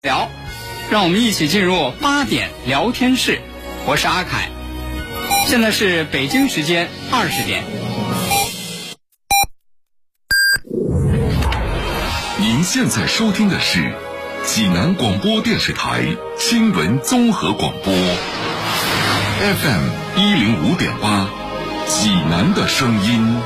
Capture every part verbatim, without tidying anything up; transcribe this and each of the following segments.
聊，让我们一起进入八点聊天室。我是阿凯，现在是北京时间二十点。 您现在收听的是济南广播电视台新闻综合广播 F M 一零五点八，济南的声音。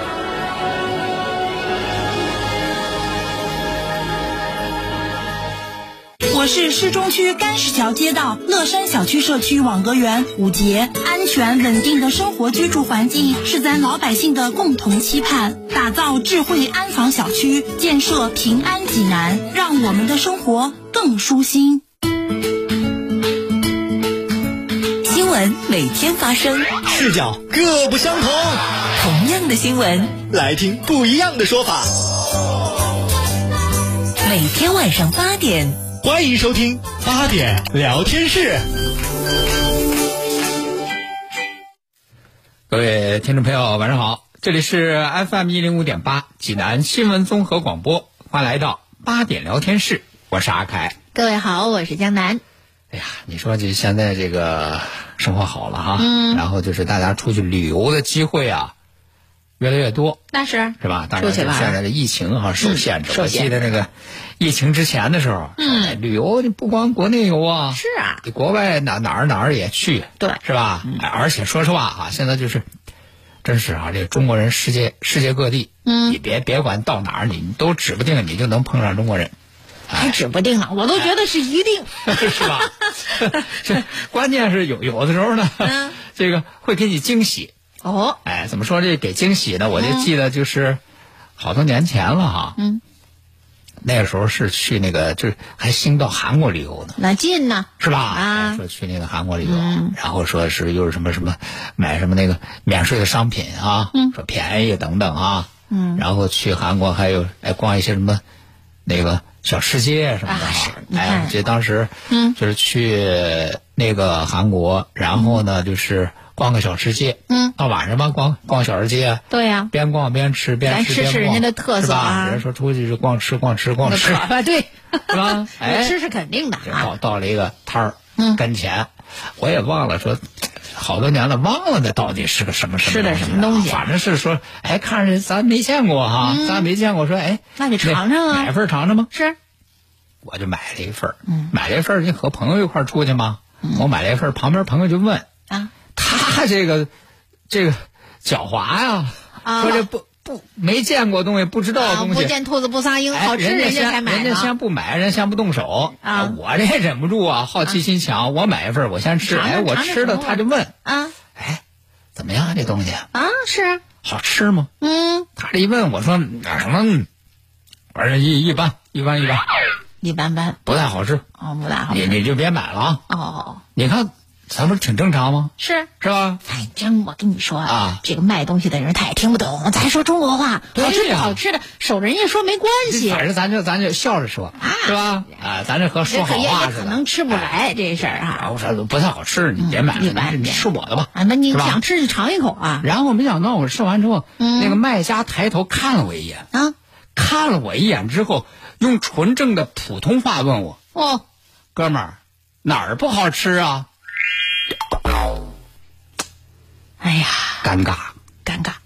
我是市中区干石桥街道乐山小区社区网格员武杰。安全稳定的生活居住环境是咱老百姓的共同期盼，打造智慧安防小区，建设平安济南，让我们的生活更舒心。 新闻每天发生， 视角各不相同， 同样的新闻， 来听不一样的说法。 每天晚上八点， 欢迎收听八点聊天室。 各位听众朋友晚上好，这里是 F M 一零五点八济南新闻综合广播，欢迎来到八点聊天室，我是阿凯。 各位好，我是江南。 哎呀，你说这现在这个生活好了哈， 嗯， 然后就是大家出去旅游的机会啊越来越多， 那是是吧？当然现在的疫情哈受限制， 嗯、 我记得那个疫情之前的时候， 嗯， 旅游你不光国内游啊， 是啊， 你国外哪哪儿哪儿也去， 对， 是吧？嗯、而且说实话哈，现在就是真是啊，这中国人世界世界各地， 嗯， 你别别管到哪儿，你都指不定你就能碰上中国人。 还指不定了，我都觉得是一定， 哎、是吧？这关键是有有的时候呢， 嗯、 这个会给你惊喜。 哦， 哎，怎么说这给惊喜呢？我就记得就是好多年前了哈。 嗯， 那个时候是去那个，就是还兴到韩国旅游呢。 那近呢？ 是吧？ 啊， 说去那个韩国旅游， 嗯、 然后说是又是什么什么买什么那个免税的商品啊， 嗯、 说便宜等等啊。 嗯， 然后去韩国还有哎逛一些什么那个小吃街什么的。 啊，是， 哎，这当时嗯就是去那个韩国，然后呢就是逛个小吃街。 嗯， 到晚上嘛逛逛小吃街。 对呀、啊， 边逛边吃，边吃边逛， 吃吃人家的特色啊。 人说出去是逛吃逛吃逛吃， 啊，对， 是吧？哎， 吃是肯定的啊。 到到了一个摊儿， 嗯， 跟前，我也忘了说，好多年了，忘了那到底是个什么什么吃的什么东西， 反正是说，哎，看着咱没见过哈， 嗯、 咱没见过，说哎， 那你尝尝啊， 买份尝尝吗？ 是， 我就买了一份， 嗯， 买了一份，你和朋友一块出去吗？ 嗯、 我买了一份，旁边朋友就问啊， 他这个这个狡猾呀， 啊、 说这不。不没见过东西，不知道的东西， 啊、不见兔子不撒鹰，好吃人家才买人家先不买，人家先不动手啊！ 我这忍不住啊，好奇心强，啊、我买一份，我先吃。 尝尝哎，我吃了，他就问啊， 哎，怎么样这东西啊？是好吃吗？ 嗯， 他这一问，我说啊什么？我说一一般，一般，一般， 一般般， 不太好吃。 哦，不太好吃， 你你就别买了啊！ 哦， 你看。咱不是挺正常吗？ 是是吧？ 反正我跟你说啊， 这个卖东西的人他也听不懂，咱说中国话，好吃不好吃的，守着人家说没关系。 反正咱就咱就笑着说， 啊、 是吧？啊，咱这和说好话似的。 可能吃不来、哎、这事儿哈。 我说不太好吃，你别买了， 嗯、 你吃我的吧。 啊，那你想吃就尝一口啊。 然后没想到我吃完之后， 嗯、 那个卖家抬头看了我一眼啊， 看了我一眼之后，用纯正的普通话问我：“ 哦， 哥们儿，哪儿不好吃啊？” 哎呀， 尴尬， 尴尬。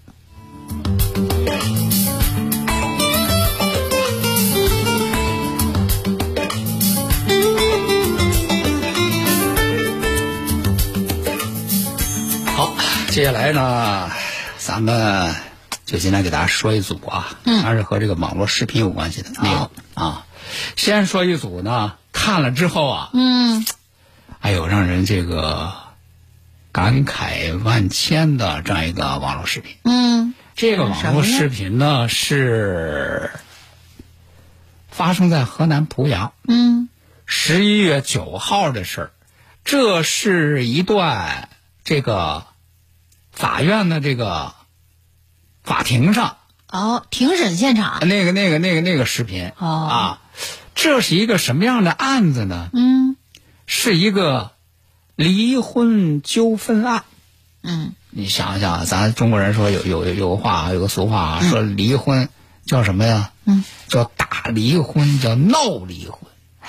好，接下来呢，咱们就今天给大家说一组啊， 嗯， 还是和这个网络视频有关系的内容啊。先说一组呢，看了之后啊， 嗯， 哎呦，让人这个。感慨万千的这样一个网络视频， 嗯， 这个网络视频呢是发生在河南濮阳， 嗯， 十一月九号的事儿。这是一段这个法院的这个法庭上哦，庭审现场那个那个那个那个视频哦啊，这是一个什么样的案子呢？ 嗯， 是一个。离婚纠纷案， 嗯， 你想想，咱中国人说有有有个话，有个俗话啊，嗯、说离婚叫什么呀？ 嗯， 叫打离婚，叫闹离婚。 哎呀，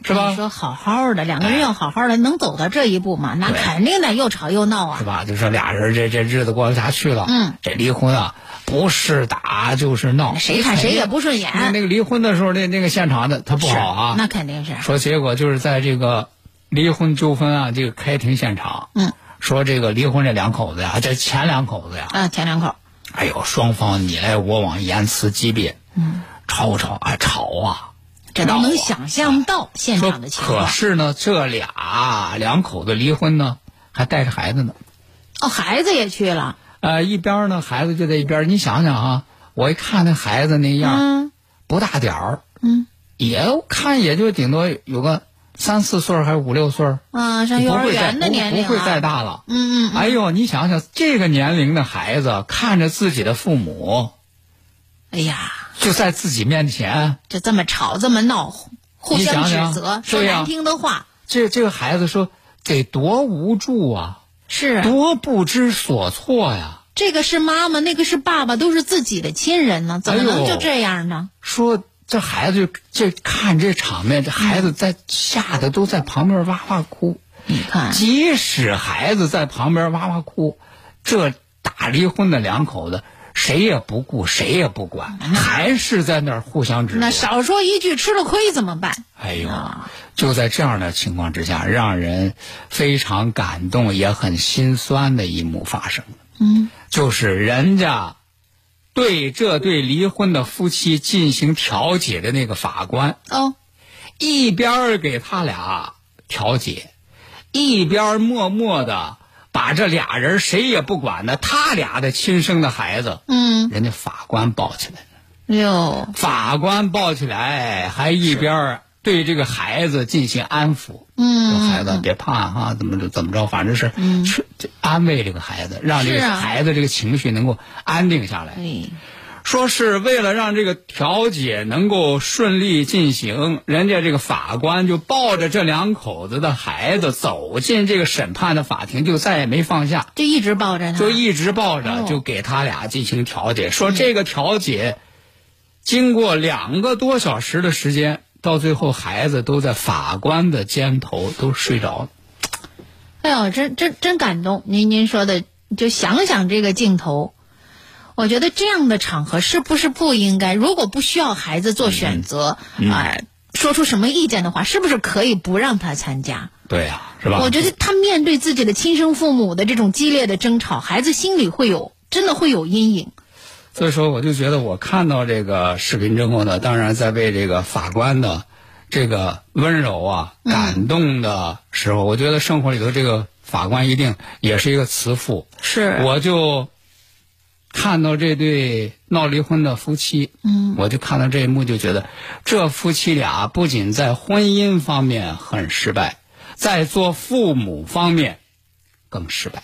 是吧？ 你说好好的两个人要好好的，能走到这一步吗？那肯定得又吵又闹啊， 是吧？就说俩人这这日子过不下去了， 嗯， 这离婚啊，不是打就是闹， 谁看谁也不顺眼。 那那个离婚的时候，那那个现场的他不好啊， 那肯定是。 说结果就是在这个离婚纠纷啊，这个开庭现场， 嗯， 说这个离婚这两口子呀，这前两口子呀， 啊，前两口， 哎呦，双方你来我往，言辞激烈， 嗯， 吵吵还吵啊。 这都能想象到现场的情况。 可是呢，这俩两口子离婚呢，还带着孩子呢。 哦，孩子也去了。 呃，一边呢，孩子就在一边。你想想啊，我一看那孩子那样， 嗯、 不大点儿， 嗯， 也看也就顶多有个三四岁还是五六岁啊，上幼儿园的年龄、啊、 不会再大了。 嗯嗯。 哎呦，你想想这个年龄的孩子，看着自己的父母， 哎呀。 就在自己面前， 就这么吵，这么闹，互相指责，说难听的话。 这这个孩子说得多无助啊， 是多不知所措呀。 这个是妈妈，那个是爸爸，都是自己的亲人呢，怎么能就这样呢？ 哎、说这孩子这看这场面，这孩子在吓得都在旁边哇哇哭。 你看， 即使孩子在旁边哇哇哭，这打离婚的两口子。谁也不顾，谁也不管，还是在那儿互相指责。 那少说一句，吃了亏怎么办？ 哎呦，就在这样的情况之下，让人非常感动，也很心酸的一幕发生了。 嗯， 就是人家对这对离婚的夫妻进行调解的那个法官， 哦， 一边给他俩调解，一边默默的。把这俩人谁也不管的，他俩的亲生的孩子， 嗯， 人家法官抱起来了，哟， 法官抱起来，还一边对这个孩子进行安抚， 嗯， 说孩子别怕哈，怎么着怎么着，反正是， 嗯， 安慰这个孩子，让这个孩子这个情绪能够安定下来。 对。 说是为了让这个调解能够顺利进行，人家这个法官就抱着这两口子的孩子走进这个审判的法庭，就再也没放下， 就一直抱着他， 就一直抱着， 哦、 就给他俩进行调解。说这个调解经过两个多小时的时间，到最后孩子都在法官的肩头都睡着了。 哎呦，真真真感动！您您说的，就想想这个镜头。我觉得这样的场合是不是不应该？如果不需要孩子做选择啊、 嗯嗯呃，说出什么意见的话，是不是可以不让他参加？ 对呀、啊，是吧？ 我觉得他面对自己的亲生父母的这种激烈的争吵，孩子心里会有真的会有阴影。 所以说，我就觉得我看到这个视频之后呢，当然在为这个法官的这个温柔啊、感动的时候，嗯、我觉得生活里头这个法官一定也是一个慈父。 是， 我就。看到这对闹离婚的夫妻， 嗯， 我就看到这一幕，就觉得这夫妻俩不仅在婚姻方面很失败，在做父母方面更失败。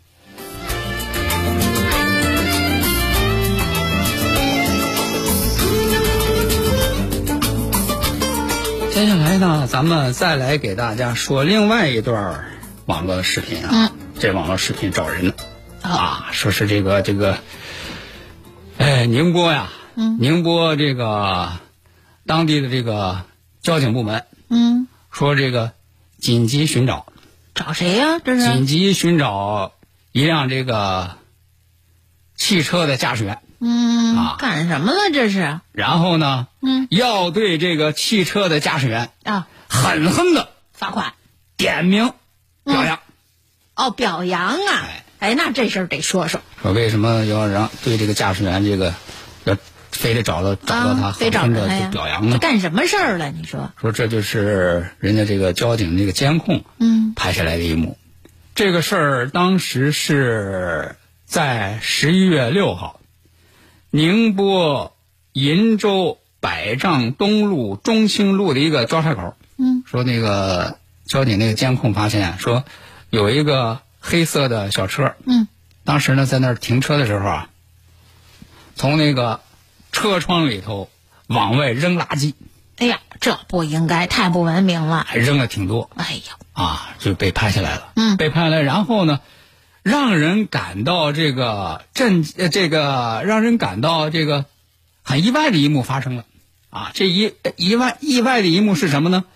接下来呢，咱们再来给大家说另外一段网络视频啊， 嗯、 这网络视频找人呢。啊，说是这个这个，哎，宁波呀， 嗯， 宁波这个当地的这个交警部门， 嗯， 说这个紧急寻找， 找谁呀？这是紧急寻找一辆这个汽车的驾驶员， 嗯， 啊， 干什么了这是？ 然后呢， 嗯， 要对这个汽车的驾驶员啊狠狠的罚款、 点名表扬。 嗯、哦，表扬啊！ 哎哎，那这事儿得说说。 说为什么要让对这个驾驶员这个要非得找到找到他， 非找着他表扬呢？ 干什么事儿了？你说？ 说这就是人家这个交警这个监控， 嗯， 拍下来的一幕。这个事儿当时是在十一月六号，宁波鄞州百丈东路中兴路的一个交叉口。 嗯， 说那个交警那个监控发现，说有一个黑色的小车， 嗯， 当时呢在那儿停车的时候啊，从那个车窗里头往外扔垃圾。 哎呀，这不应该，太不文明了， 还扔了挺多。 哎呀， 啊，就被拍下来了。 嗯， 被拍下来，然后呢，让人感到这个震，呃，这个让人感到这个很意外的一幕发生了。啊，这一意外意外的一幕是什么呢？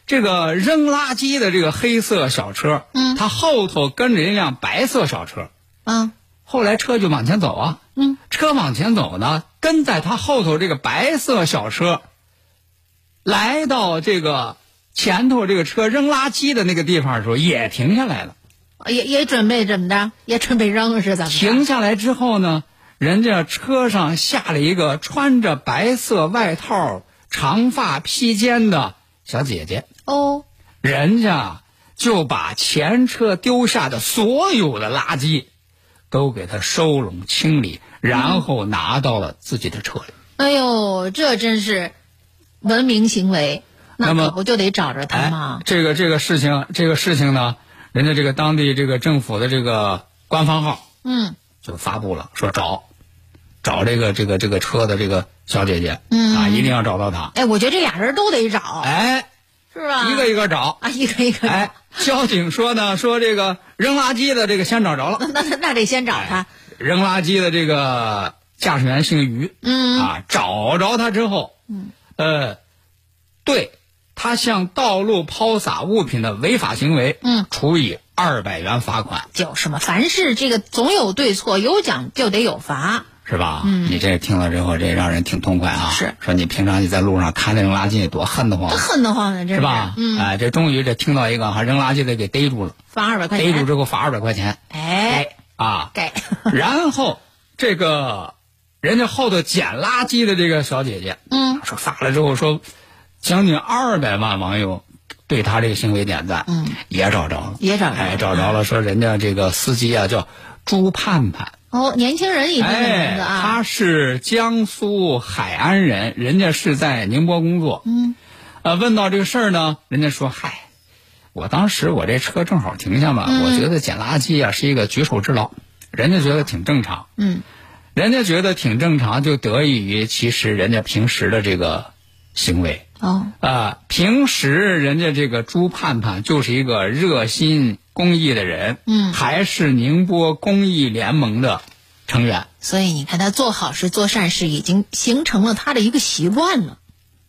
这个扔垃圾的这个黑色小车， 嗯， 它后头跟着一辆白色小车， 嗯， 后来车就往前走啊， 嗯， 车往前走呢，跟在它后头这个白色小车，来到这个前头这个车扔垃圾的那个地方的时候，也停下来了。 也也准备怎么着？也准备扔是怎么着？ 停下来之后呢，人家车上下了一个穿着白色外套、长发披肩的小姐姐。 哦， 人家就把前车丢下的所有的垃圾都给他收拢清理，然后拿到了自己的车里。 哎呦，这真是文明行为，那可不就得找着他吗？ 哎、这个这个事情，这个事情呢，人家这个当地这个政府的这个官方号， 嗯， 就发布了，说找找这个这个这个车的这个小姐姐， 嗯啊，一定要找到她。 哎，我觉得这俩人都得找， 哎， 是吧？ 一个一个找啊，一个一个找。 哎，交警说呢，说这个扔垃圾的这个先找着了， 那那那得先找他。 哎、扔垃圾的这个驾驶员姓于， 嗯啊，找着他之后， 嗯， 呃，对他向道路抛洒物品的违法行为， 嗯， 处以二百元罚款。 就是嘛，凡事这个总有对错，有奖就得有罚。 是吧？ 嗯， 你这听了之后，这让人挺痛快啊！ 是， 说你平常你在路上看这扔垃圾多恨得慌， 恨得慌呢，这是吧？ 嗯， 哎，这终于这听到一个哈扔垃圾的给逮住了， 罚二百块钱， 逮住之后罚二百块钱， 哎啊， 该， 然后这个人家后头捡垃圾的这个小姐姐， 嗯， 说发了之后说，将近二百万网友对他这个行为点赞， 嗯， 也找着了， 也找着了， 哎，找着了，说人家这个司机啊叫朱盼盼。 哦，年轻人一听这名字啊， 哎，他是江苏海安人，人家是在宁波工作。 嗯， 呃，问到这个事儿呢，人家说：“嗨，我当时我这车正好停下嘛， 嗯、 我觉得捡垃圾啊是一个举手之劳，人家觉得挺正常。 嗯， 人家觉得挺正常，就得益于其实人家平时的这个行为。 哦， 啊、呃，平时人家这个朱盼盼就是一个热心公益的人， 嗯， 还是宁波公益联盟的成员。 所以你看，他做好事、做善事，已经形成了他的一个习惯了。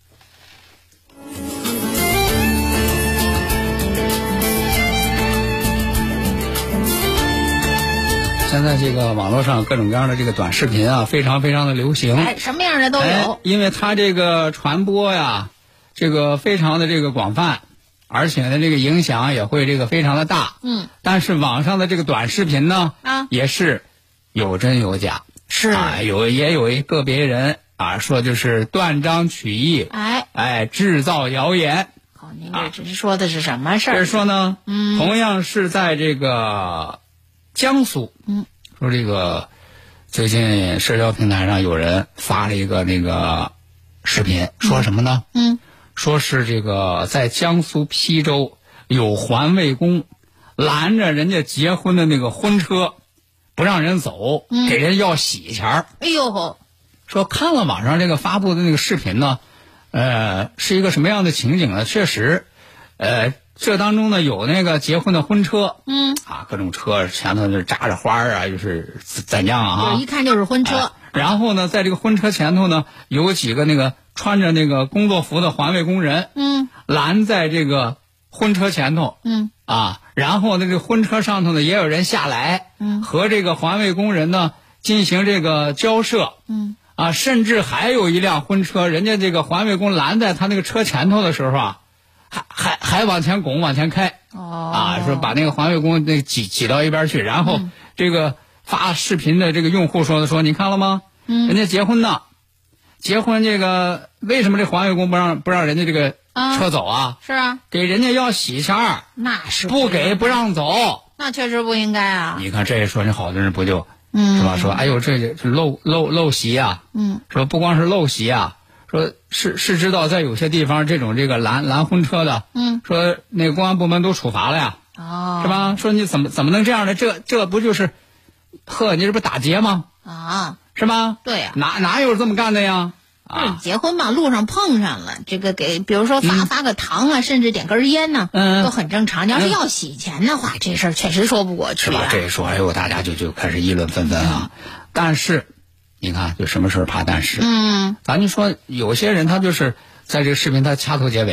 现在这个网络上各种各样的这个短视频啊，非常非常的流行。 哎，什么样的都有。 哎、因为它这个传播呀，这个非常的这个广泛，而且呢，这个影响也会这个非常的大。 嗯。 但是网上的这个短视频呢， 啊， 也是有真有假。 是啊，有也有一个别人啊说就是断章取义。 哎哎，制造谣言。 好，您这只是说的是什么事儿？ 这是说呢， 嗯， 同样是在这个江苏， 嗯， 说这个最近社交平台上有人发了一个那个视频，说什么呢？ 嗯， 说是这个在江苏邳州有环卫工拦着人家结婚的那个婚车，不让人走， 嗯、 给人要喜钱儿。 哎呦， 说看了网上这个发布的那个视频呢，呃，是一个什么样的情景呢？确实，呃。这当中呢有那个结婚的婚车， 嗯， 啊，各种车前头就扎着花啊，就是怎样啊？ 一看就是婚车、 哎。然后呢，在这个婚车前头呢，有几个那个穿着那个工作服的环卫工人， 嗯， 拦在这个婚车前头， 嗯， 啊，然后呢，这个婚车上头呢也有人下来， 嗯， 和这个环卫工人呢进行这个交涉， 嗯， 啊，甚至还有一辆婚车，人家这个环卫工拦在他那个车前头的时候啊。还还还往前拱往前开， 哦， 啊，说把那个环卫工那挤挤到一边去，然后这个发视频的这个用户说的说，你看了吗？ 嗯， 人家结婚呢，结婚这个为什么这环卫工不让不让人家这个车走啊？ 是啊， 给人家要喜钱儿， 那是不给不让走， 那确实不应该啊。 你看这一说，这好多人不就， 嗯， 是吧？说哎呦，这这陋陋陋习啊， 嗯， 说不光是陋习啊。说是是知道在有些地方这种这个拦拦婚车的， 嗯， 说那个公安部门都处罚了呀， 哦， 是吧？说你怎么怎么能这样呢？这这不就是，呵，你这不打劫吗？ 啊， 是吧？ 对呀、 啊，哪哪有这么干的呀？ 啊，结婚嘛，路上碰上了，这个给，比如说发、嗯、发个糖啊，甚至点根烟呢， 嗯， 都很正常。你要是要洗钱的话，嗯、这事儿确实说不过去、啊， 是吧？这一说，哎呦，大家就就开始议论纷纷啊。嗯、但是。你看，就什么事儿怕但是， 嗯， 咱就说有些人他就是在这个视频他掐头结尾，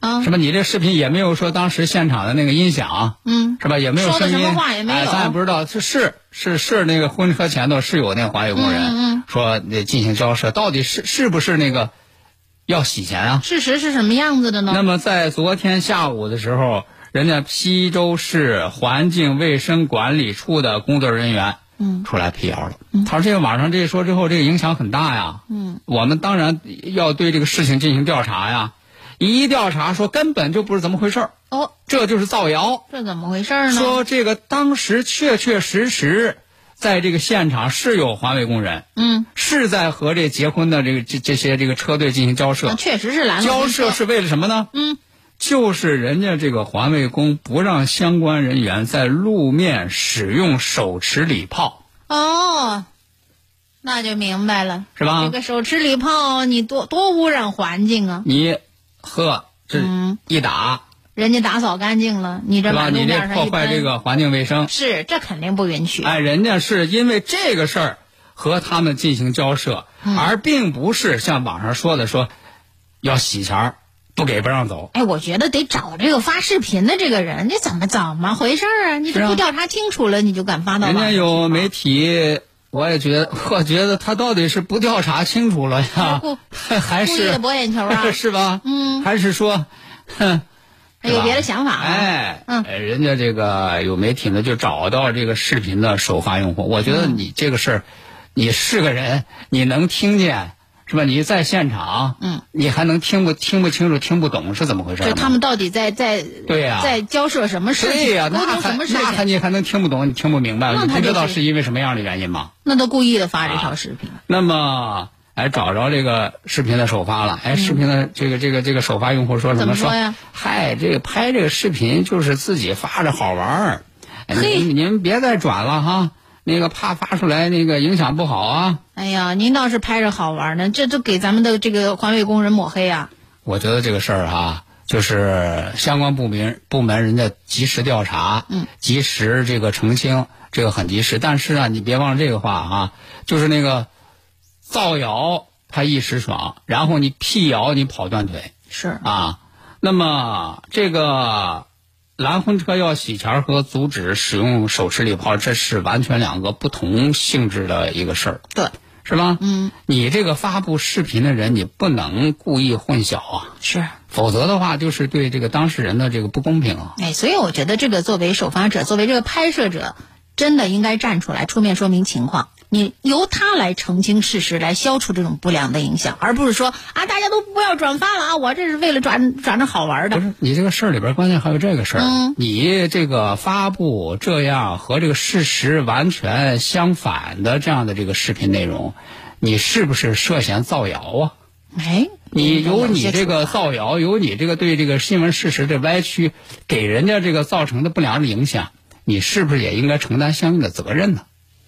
啊， 是吧？你这视频也没有说当时现场的那个音响， 嗯， 是吧？也没有声音， 说的什么话也没有， 哎，咱也不知道是是是是那个婚车前头是有那个环卫工人， 嗯嗯， 说那进行交涉，到底是是不是那个要洗钱啊？ 事实是什么样子的呢？ 那么在昨天下午的时候，人家邳州市环境卫生管理处的工作人员，嗯，出来辟谣了。嗯，他说这个网上这一说之后，这个影响很大呀。嗯，我们当然要对这个事情进行调查呀。一调查说根本就不是怎么回事儿。 哦， 这就是造谣。 这怎么回事呢？ 说这个当时确确实实在这个现场是有环卫工人，嗯，是在和这结婚的这个这这些这个车队进行交涉。 确实是拦了。 交涉是为了什么呢？嗯。就是人家这个环卫工不让相关人员在路面使用手持礼炮。 哦，那就明白了， 是吧？ 这个手持礼炮，你多多污染环境啊！ 你呵，这一打， 嗯、人家打扫干净了，你这马路面上一喷， 你这破坏这个环境卫生， 是这肯定不允许。 哎，人家是因为这个事儿和他们进行交涉，嗯、而并不是像网上说的说要洗钱儿。不给不让走。 哎，我觉得得找这个发视频的这个人，这怎么怎么回事啊？你这不调查清楚了，你就敢发到网上？ 人家有媒体，我也觉得，我觉得他到底是不调查清楚了呀，还是故意的博眼球啊？ 是吧？ 嗯， 还是说，哼， 有别的想法、啊？ 哎， 嗯， 人家这个有媒体呢，就找到这个视频的首发用户。我觉得你这个事儿，你是个人，你能听见。是吧？你在现场，嗯，你还能听不听不清楚、听不懂是怎么回事？ 就他们到底在在对呀、啊， 在交涉什么事情？ 对呀、啊， 沟通什么事情？ 那还你还能听不懂？你听不明白？ 你不知道是因为什么样的原因吗？ 那都故意的发这条视频。 啊、那么，哎，找着这个视频的首发了。哎，视频的这个这个这个首发用户说什么？ 怎么说呀？ 嗨，这个拍这个视频就是自己发着好玩儿。哎，您您别再转了哈。那个怕发出来那个影响不好啊！ 哎呀，您倒是拍着好玩呢，这都给咱们的这个环卫工人抹黑啊！ 我觉得这个事儿哈，就是相关部门部门人家及时调查，嗯，及时这个澄清，这个很及时。但是啊，你别忘了这个话啊，就是那个造谣他一时爽，然后你辟谣你跑断腿， 是啊。那么这个。拦婚车要洗钱和阻止使用手持礼炮，这是完全两个不同性质的一个事儿， 对， 是吧？ 嗯， 你这个发布视频的人，你不能故意混淆啊， 是， 否则的话就是对这个当事人的这个不公平啊。 哎，所以我觉得这个作为首发者，作为这个拍摄者，真的应该站出来出面说明情况。你由他来澄清事实，来消除这种不良的影响，而不是说啊，大家都不要转发了啊，我这是为了转转着好玩的。 不是，你这个事儿里边关键还有这个事儿， 嗯， 你这个发布这样和这个事实完全相反的这样的这个视频内容，你是不是涉嫌造谣啊？ 哎， 你有你这个造谣，有你这个对这个新闻事实的歪曲，给人家这个造成的不良的影响，你是不是也应该承担相应的责任呢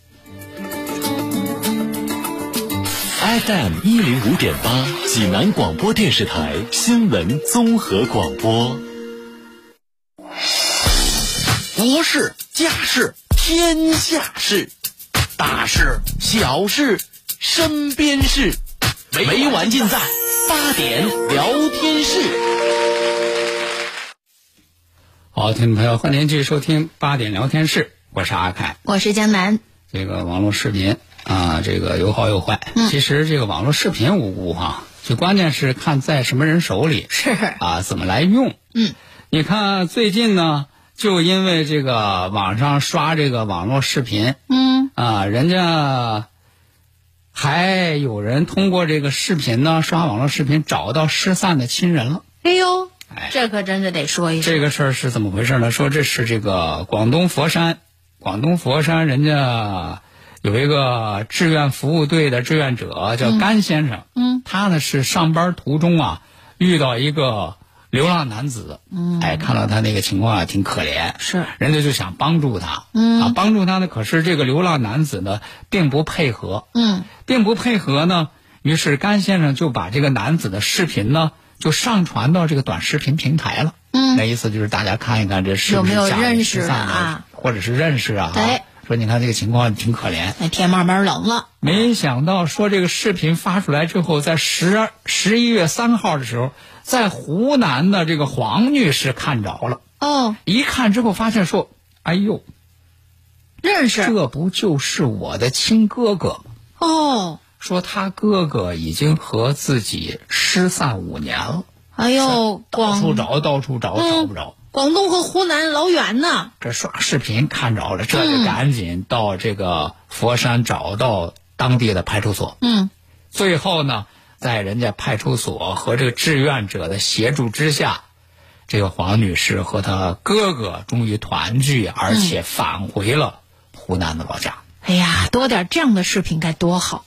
？F M 一零五点八，济南广播电视台新闻综合广播。 国事、家事、天下事，大事、小事、身边事，每晚尽在八点聊天室。 好，听众朋友，欢迎您继续收听八点聊天室，我是阿凯， 我是江南。 这个网络视频啊，这个有好有坏。嗯，其实这个网络视频无辜哈，最关键是看在什么人手里， 是啊，怎么来用。 嗯， 你看最近呢，就因为这个网上刷这个网络视频， 嗯啊，人家还有人通过这个视频呢，刷网络视频找到失散的亲人了。 哎呦， 哎， 这可真的得说一说。 这个事儿是怎么回事呢？说这是这个广东佛山。广东佛山人家有一个志愿服务队的志愿者叫甘先生， 嗯， 他呢是上班途中啊遇到一个流浪男子， 嗯， 哎，看到他那个情况啊挺可怜， 是， 人家就想帮助他， 嗯， 啊，帮助他呢，可是这个流浪男子呢并不配合， 嗯， 并不配合呢，于是甘先生就把这个男子的视频呢就上传到这个短视频平台了。 嗯， 那意思就是大家看一看这是不是有没有认识啊， 或者是认识啊， 对， 说你看这个情况挺可怜。 那天慢慢冷了。 没想到说这个视频发出来之后，在十十一月三号的时候，在湖南的这个黄女士看着了。 哦。 一看之后发现说，哎呦， 认识， 这不就是我的亲哥哥吗？ 哦。 说他哥哥已经和自己失散五年了。 哎呦， 到处找，到处找， 嗯、 找不着。 广东和湖南老远呢。 这刷视频看着了，这就赶紧到这个佛山找到当地的派出所。 嗯。 最后呢，在人家派出所和这个志愿者的协助之下，这个黄女士和她哥哥终于团聚，而且返回了湖南的老家。 哎呀，多点这样的视频该多好。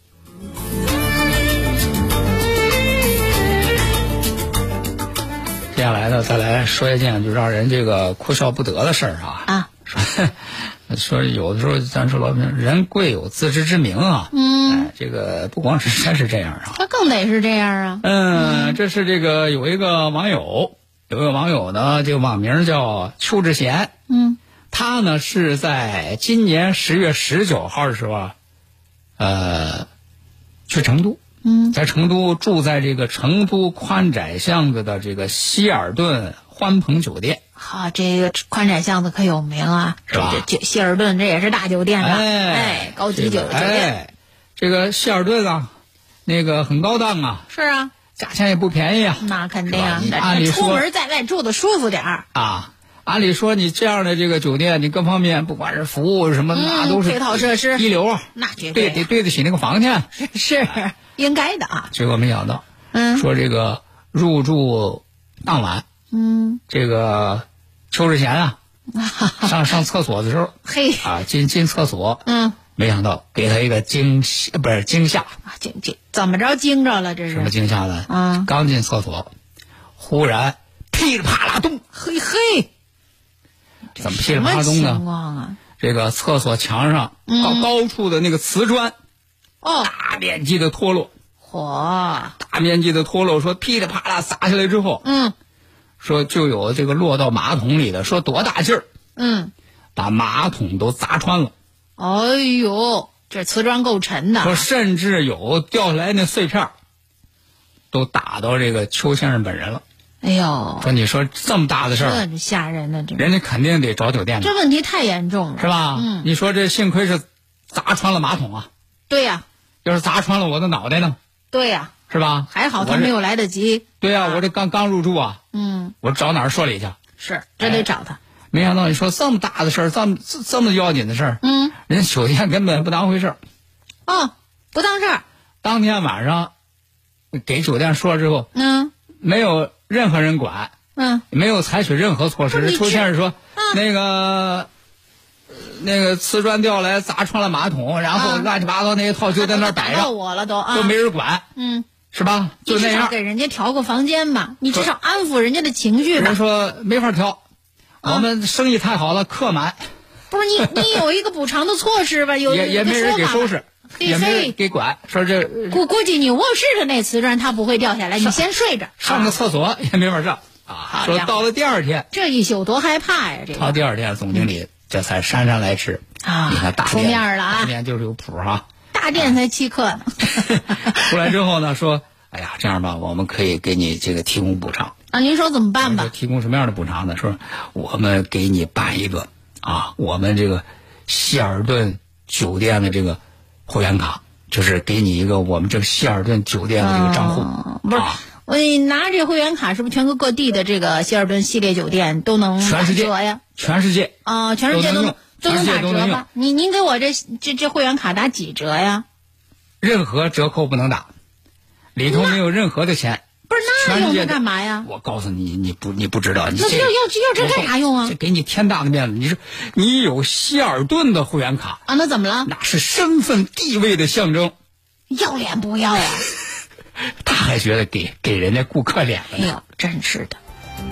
接下来呢，再来说一件就让人这个哭笑不得的事儿啊！ 啊， 说说有的时候咱说老百姓人贵有自知之明啊， 嗯， 哎，这个不光是真是这样啊， 他更得是这样啊。 嗯，这是这个有一个网友，有一个网友呢，这个网名叫邱志贤， 嗯， 他呢是在今年十月十九号的时候啊，呃，去成都。 嗯， 在成都住在这个成都宽窄巷子的这个希尔顿欢朋酒店。 好，这个宽窄巷子可有名啊， 是吧？ 这这希尔顿这也是大酒店了， 哎， 哎高级酒、 这个、 酒店。 哎，这个希尔顿啊，那个很高档啊， 是啊， 价钱也不便宜啊。 那肯定啊， 按理说出门在外住的舒服点儿啊。按理说，你这样的这个酒店，你各方面不管是服务什么， 嗯、 那都是配套设施一流啊， 那绝对对得对得起那个房钱， 是是应该的啊。 结果没想到， 嗯， 说这个入住当晚， 嗯， 这个邱志贤啊，上上厕所的时候， 嘿啊，进进厕所， 嗯， 没想到给他一个惊吓，不是惊吓， 啊，惊惊怎么着惊着了？这是什么惊吓呢？ 啊， 刚进厕所，忽然噼里啪啦咚， 嘿嘿。 怎么噼里啪啦咚呢？ 啊、 这个厕所墙上高、嗯、高处的那个瓷砖， 哦， 大面积的脱落， 嚯， 大面积的脱落，说噼里啪啦洒下来之后， 嗯， 说就有这个落到马桶里的，说多大劲儿， 嗯， 把马桶都砸穿了。 哎呦，这瓷砖够沉的。 说甚至有掉下来那碎片，都打到这个邱先生本人了。 哎呦， 说你说这么大的事儿， 这吓人呢！这人家肯定得找酒店的， 这问题太严重了， 是吧？ 嗯， 你说这幸亏是砸穿了马桶啊， 对呀、啊， 要是砸穿了我的脑袋呢？ 对呀、 啊，是吧？ 还好他没有来得及。 对呀、啊，我这刚刚入住啊， 嗯， 我找哪儿说理去？ 是，这得找他。 哎、没想到你说这么大的事儿，这么这么要紧的事儿， 嗯， 人家酒店根本不当回事儿。 哦，不当事儿。 当天晚上给酒店说了之后， 嗯， 没有任何人管。 嗯， 没有采取任何措施。邱先生说， 嗯、 那个那个瓷砖掉来砸穿了马桶，然后乱七八糟那一套就在那儿摆着， 打我了都， 都没人管， 嗯， 是吧？就那样， 给人家调个房间吧，你至少安抚人家的情绪吧。 人说没法调，我们生意太好了，客满。 不是你，你有一个补偿的措施吧？有也也没人给收拾，也没人给管。说这估估计你卧室的那瓷砖它不会掉下来，你先睡着， 上个厕所也没法上。啊，说到了第二天， 这一宿多害怕呀！这个到第二天，总经理这才姗姗来迟啊！ 你看大出面了啊！ 大店就是有谱哈， 大店才欺客呢。 出来之后呢，说，哎呀，这样吧，我们可以给你这个提供补偿啊。您说怎么办吧？ 提供什么样的补偿呢？说我们给你办一个啊，我们这个希尔顿酒店的这个会员卡，就是给你一个我们这个希尔顿酒店的这个账户， 啊、不是。我你拿这会员卡，是不是全国各地的这个希尔顿系列酒店都能打折呀？ 全世界啊、呃，全世界都能都能打折吧？你您给我这这这会员卡打几折呀？ 任何折扣不能打，里头没有任何的钱。 不是那用它干嘛呀？ 我告诉你，你不你不知道，你那要要要这干啥用啊？ 这给你天大的面子！你说你有希尔顿的会员卡啊？那怎么了？ 那是身份地位的象征。 要脸不要呀？ 他还觉得给给人家顾客脸了呢。 哎呦，真是的。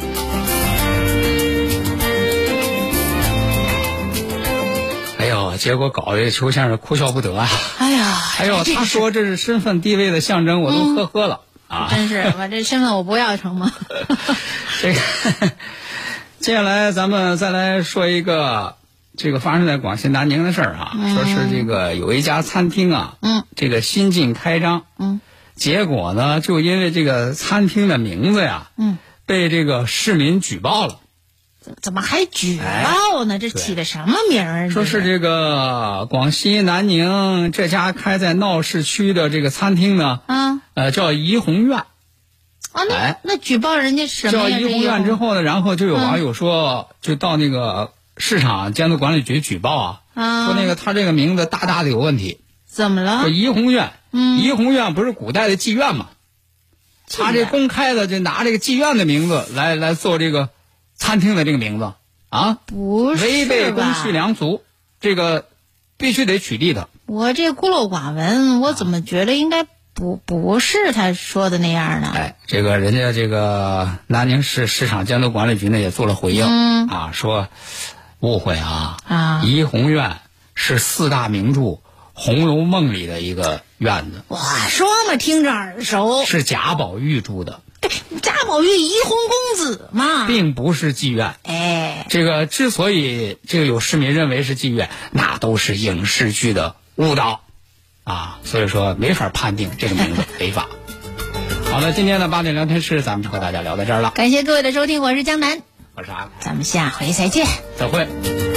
哎呦，结果搞得邱先生哭笑不得啊！ 哎呀， 哎呦，他说这是身份地位的象征，我都呵呵了、 嗯、啊！真是，我这身份我不要成吗？ 这个，接下来咱们再来说一个这个发生在广西南宁的事儿啊， 嗯、 说是这个有一家餐厅啊， 嗯， 这个新近开张， 嗯， 结果呢，就因为这个餐厅的名字呀， 嗯， 被这个市民举报了。 怎么还举报呢？哎、这起的什么名儿？ 说是这个广西南宁这家开在闹市区的这个餐厅呢， 啊， 呃，叫怡红苑。 啊，那、 哎、 那举报人家什么呀？ 叫怡红苑之后呢，然后就有网友说，嗯、就到那个市场监督管理局举报啊， 啊说那个他这个名字大大的有问题。 怎么了？ 说怡红苑， 嗯， 怡红苑不是古代的妓院吗？他这公开的就拿这个妓院的名字来来做这个餐厅的这个名字啊， 不是违背公序良俗，这个必须得取缔的。 我这孤陋寡闻，我怎么觉得应该不不是他说的那样呢？ 哎，这个人家这个南宁市市场监督管理局呢也做了回应， 嗯、 啊，说误会啊， 啊， 怡红苑是四大名著《红楼梦》里的一个院子。 我说嘛，听着耳熟， 是贾宝玉住的。 贾宝玉怡红公子嘛， 并不是妓院。 哎， 这个之所以这个有市民认为是妓院，那都是影视剧的误导啊，所以说没法判定这个名字违法。好了，今天的八点聊天室咱们就和大家聊到这儿了， 感谢各位的收听，我是江南， 我是阿， 咱们下回再见， 再会。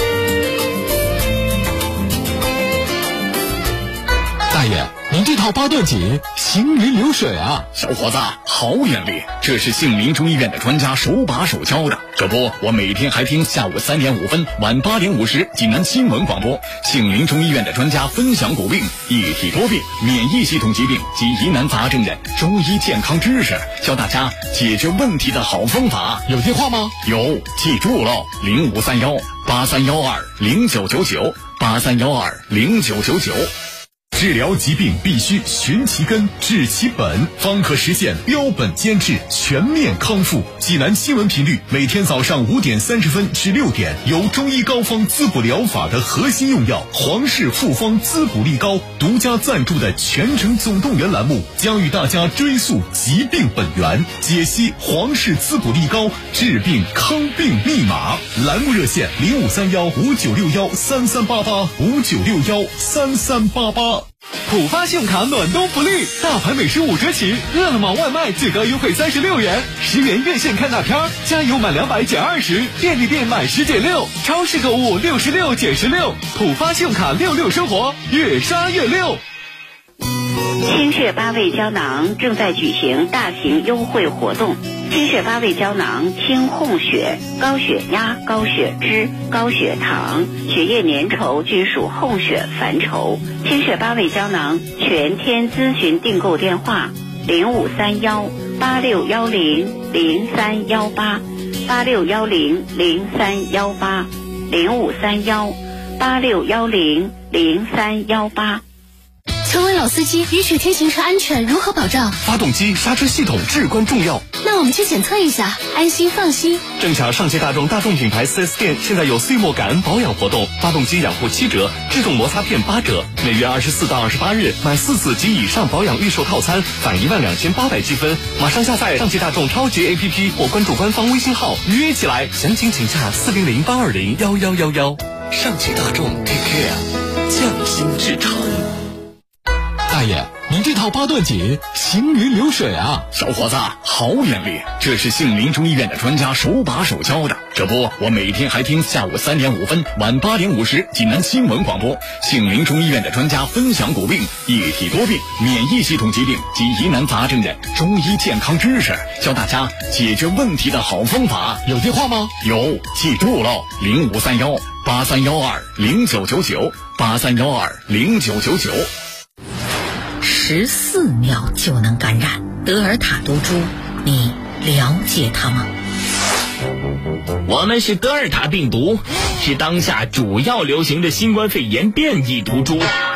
大爷，您这套八段锦行云流水啊！ 小伙子，好眼力，这是杏林中医院的专家手把手教的。这不，我每天还听下午三点五分、晚八点五十济南新闻广播，杏林中医院的专家分享骨病、一体多病、免疫系统疾病及疑难杂症的中医健康知识，教大家解决问题的好方法。 有电话吗？ 有，记住喽，零五三幺八三幺二零九九九八三幺二零九九九。 治疗疾病必须寻其根、治其本，方可实现标本兼治、全面康复。济南新闻频率每天早上五点三十分至六点，由中医膏方滋补疗法的核心用药皇氏复方滋补力膏独家赞助的全程总动员栏目，将与大家追溯疾病本源，解析皇氏滋补力膏治病康病密码。栏目热线零五三幺五九六幺三三八八五九六幺三三八八。 浦发信用卡暖冬福利，大盘美食五折起，饿了么外卖最高优惠三十六元，十元院线看大片，加油满两百减二十，便利店满十减六，超市购物六十六减十六，浦发信用卡六六生活，越刷越溜。 清血八味胶囊正在举行大型优惠活动，清血八味胶囊清供血，高血压、高血脂、高血糖、血液粘稠均属供血范畴。清血八味胶囊全天咨询订购电话：零五三幺八六幺零零三幺八八六幺零零三幺八零五三幺八六幺零零三幺八。 成为老司机，雨雪天行车安全如何保障？ 发动机、刹车系统至关重要。 那我们去检测一下，安心放心。 正巧上汽大众大众品牌 四 S 店现在有岁末感恩保养活动，发动机养护七折，制动摩擦片八折。每月二十四到二十八日，买四次及以上保养预售套餐返一万两千八百积分。马上下载上汽大众超级 A P P 或关注官方微信号预约起来。详情请洽四零零八二零幺幺幺幺。 上汽大众 Take Care， 匠心制成。 大爷，您这套八段锦行云流水啊！ 小伙子，好眼力，这是杏林中医院的专家手把手教的。这不，我每天还听下午三点五分、晚八点五十济南新闻广播，杏林中医院的专家分享骨病、一体多病、免疫系统疾病及疑难杂症的中医健康知识，教大家解决问题的好方法。 有电话吗？ 有，记住喽，零五三幺八三幺二零九九九八三幺二零九九九。 十四秒就能感染德尔塔毒株，你了解它吗？ 我们是德尔塔病毒，是当下主要流行的新冠肺炎变异毒株。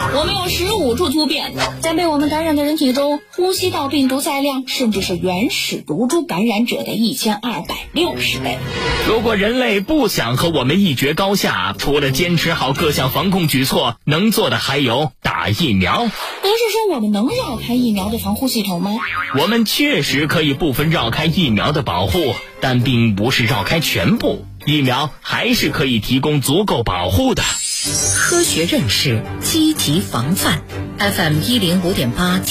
我们有十五处突变，在被我们感染的人体中，呼吸道病毒载量甚至是原始毒株感染者的一千二百六十倍。 如果人类不想和我们一决高下，除了坚持好各项防控举措，能做的还有打疫苗。 不是说我们能绕开疫苗的防护系统吗？ 我们确实可以部分绕开疫苗的保护，但并不是绕开全部。疫苗还是可以提供足够保护的。 科学认识，积极防范。F M 一零五点八。